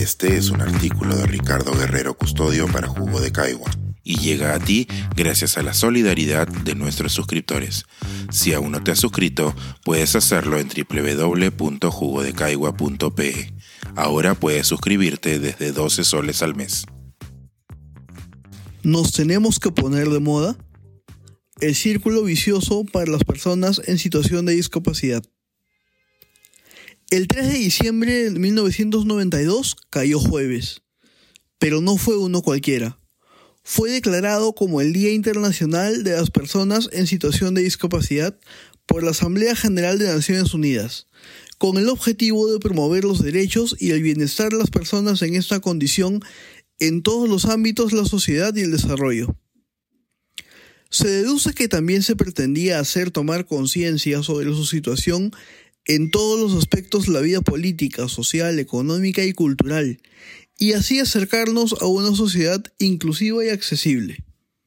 Este es un artículo de Ricardo Guerrero Custodio para Jugo de Caigua y llega a ti gracias a la solidaridad de nuestros suscriptores. Si aún no te has suscrito, puedes hacerlo en www.jugodecaigua.pe. Ahora puedes suscribirte desde 12 soles al mes. ¿Nos tenemos que poner de moda? El círculo vicioso para las personas en situación de discapacidad. El 3 de diciembre de 1992 cayó jueves, pero no fue uno cualquiera. Fue declarado como el Día Internacional de las Personas en Situación de Discapacidad por la Asamblea General de Naciones Unidas, con el objetivo de promover los derechos y el bienestar de las personas en esta condición en todos los ámbitos de la sociedad y el desarrollo. Se deduce que también se pretendía hacer tomar conciencia sobre su situación en todos los aspectos de la vida política, social, económica y cultural, y así acercarnos a una sociedad inclusiva y accesible.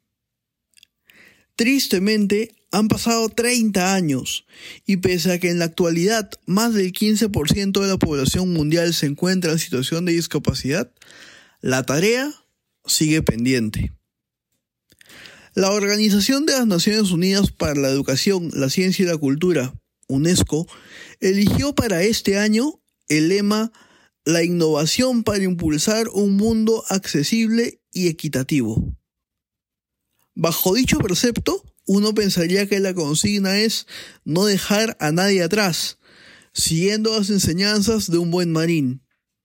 Tristemente, han pasado 30 años, y pese a que en la actualidad más del 15% de la población mundial se encuentra en situación de discapacidad, la tarea sigue pendiente. La Organización de las Naciones Unidas para la Educación, la Ciencia y la Cultura, UNESCO, eligió para este año el lema "La innovación para impulsar un mundo accesible y equitativo". Bajo dicho precepto, uno pensaría que la consigna es no dejar a nadie atrás, siguiendo las enseñanzas de un buen marín.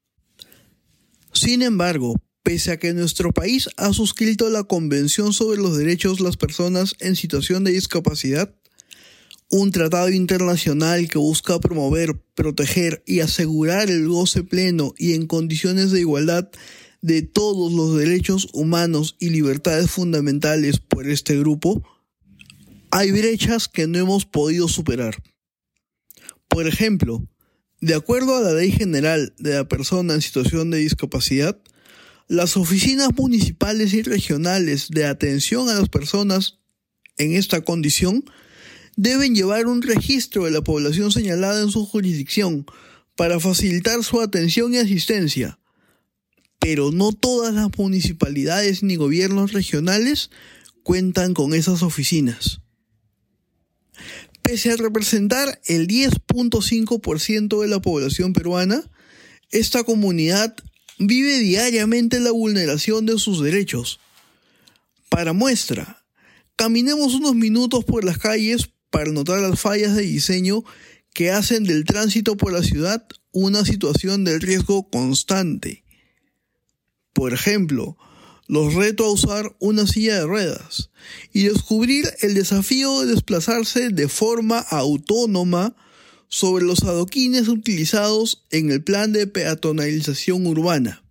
Sin embargo, pese a que nuestro país ha suscrito la Convención sobre los Derechos de las Personas en Situación de Discapacidad, un tratado internacional que busca promover, proteger y asegurar el goce pleno y en condiciones de igualdad de todos los derechos humanos y libertades fundamentales por este grupo, hay brechas que no hemos podido superar. Por ejemplo, de acuerdo a la Ley General de la Persona en Situación de Discapacidad, las oficinas municipales y regionales de atención a las personas en esta condición deben llevar un registro de la población señalada en su jurisdicción para facilitar su atención y asistencia, pero no todas las municipalidades ni gobiernos regionales cuentan con esas oficinas. Pese a representar el 10.5% de la población peruana, esta comunidad vive diariamente la vulneración de sus derechos. Para muestra, caminemos unos minutos por las calles para notar las fallas de diseño que hacen del tránsito por la ciudad una situación de riesgo constante. Por ejemplo, los reto a usar una silla de ruedas y descubrir el desafío de desplazarse de forma autónoma sobre los adoquines utilizados en el plan de peatonalización urbana.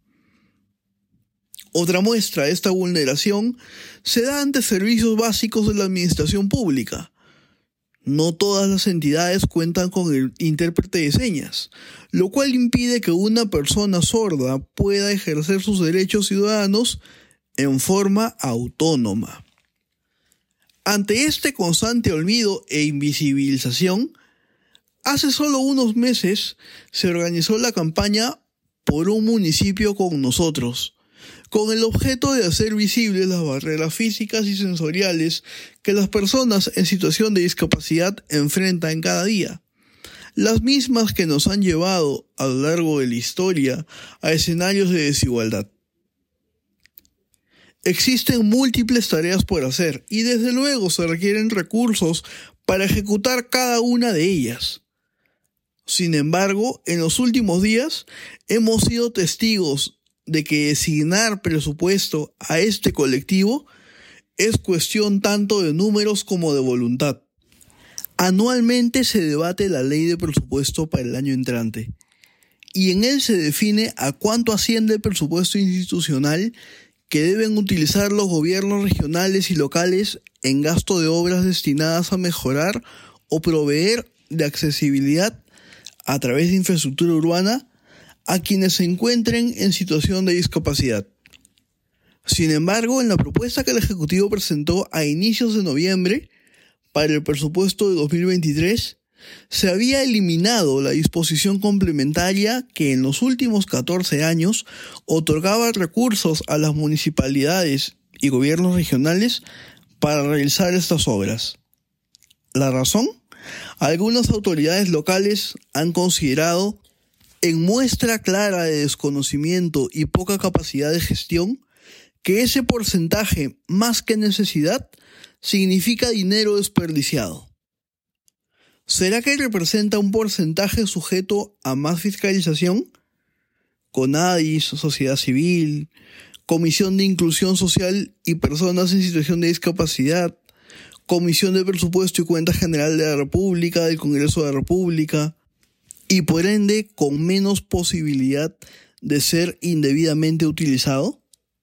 Otra muestra de esta vulneración se da ante servicios básicos de la administración pública. No todas las entidades cuentan con el intérprete de señas, lo cual impide que una persona sorda pueda ejercer sus derechos ciudadanos en forma autónoma. Ante este constante olvido e invisibilización, hace solo unos meses se organizó la campaña Por un municipio con nosotros, con el objeto de hacer visibles las barreras físicas y sensoriales que las personas en situación de discapacidad enfrentan cada día, las mismas que nos han llevado a lo largo de la historia a escenarios de desigualdad. Existen múltiples tareas por hacer y desde luego se requieren recursos para ejecutar cada una de ellas. Sin embargo, en los últimos días hemos sido testigos de que designar presupuesto a este colectivo es cuestión tanto de números como de voluntad. Anualmente se debate la ley de presupuesto para el año entrante y en él se define a cuánto asciende el presupuesto institucional que deben utilizar los gobiernos regionales y locales en gasto de obras destinadas a mejorar o proveer de accesibilidad a través de infraestructura urbana a quienes se encuentren en situación de discapacidad. Sin embargo, en la propuesta que el Ejecutivo presentó a inicios de noviembre para el presupuesto de 2023, se había eliminado la disposición complementaria que en los últimos 14 años otorgaba recursos a las municipalidades y gobiernos regionales para realizar estas obras. ¿La razón? Algunas autoridades locales han considerado, en muestra clara de desconocimiento y poca capacidad de gestión, que ese porcentaje, más que necesidad, significa dinero desperdiciado. ¿Será que representa un porcentaje sujeto a más fiscalización? CONADIS, sociedad civil, Comisión de Inclusión Social y Personas en Situación de Discapacidad, Comisión de Presupuesto y Cuenta General de la República, del Congreso de la República, y por ende con menos posibilidad de ser indebidamente utilizado?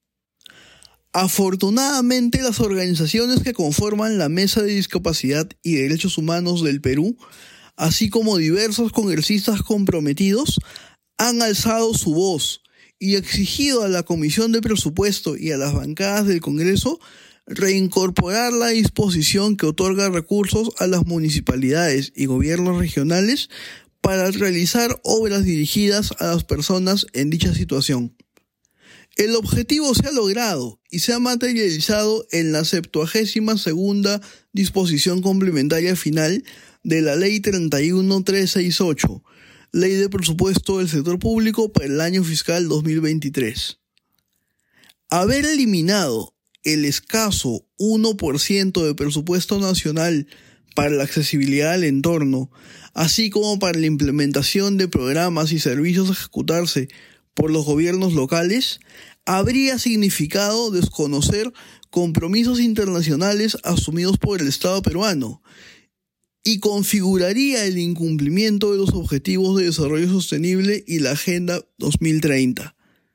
Afortunadamente, las organizaciones que conforman la Mesa de Discapacidad y Derechos Humanos del Perú, así como diversos congresistas comprometidos, han alzado su voz y exigido a la Comisión de Presupuesto y a las bancadas del Congreso reincorporar la disposición que otorga recursos a las municipalidades y gobiernos regionales para realizar obras dirigidas a las personas en dicha situación. El objetivo se ha logrado y se ha materializado en la 72ª disposición complementaria final de la Ley 31368, Ley de Presupuesto del Sector Público para el año fiscal 2023. Haber eliminado el escaso 1% de presupuesto nacional para la accesibilidad al entorno, así como para la implementación de programas y servicios a ejecutarse por los gobiernos locales, habría significado desconocer compromisos internacionales asumidos por el Estado peruano y configuraría el incumplimiento de los Objetivos de Desarrollo Sostenible y la Agenda 2030.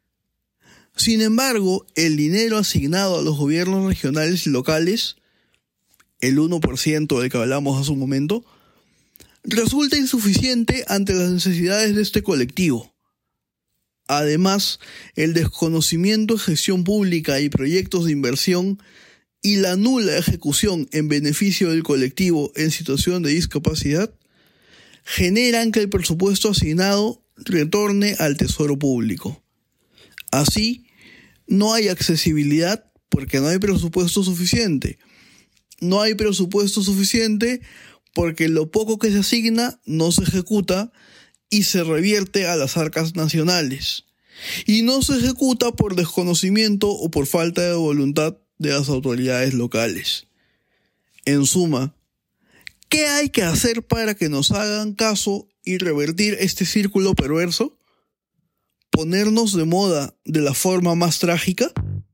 Sin embargo, el dinero asignado a los gobiernos regionales y locales, el 1% del que hablamos hace un momento, resulta insuficiente ante las necesidades de este colectivo. Además, el desconocimiento de gestión pública y proyectos de inversión y la nula ejecución en beneficio del colectivo en situación de discapacidad generan que el presupuesto asignado retorne al Tesoro Público. Así, no hay accesibilidad porque no hay presupuesto suficiente. No hay presupuesto suficiente porque lo poco que se asigna no se ejecuta y se revierte a las arcas nacionales. Y no se ejecuta por desconocimiento o por falta de voluntad de las autoridades locales. En suma, ¿qué hay que hacer para que nos hagan caso y revertir este círculo perverso? ¿Ponernos de moda de la forma más trágica?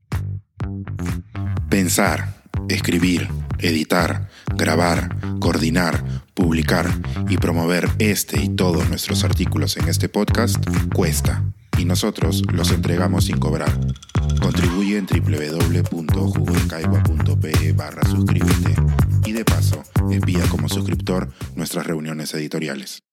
Pensar, escribir, editar, grabar, coordinar, publicar y promover este y todos nuestros artículos en este podcast cuesta, y nosotros los entregamos sin cobrar. Contribuye en www.jugodecaigua.pe/suscríbete y de paso envía como suscriptor nuestras reuniones editoriales.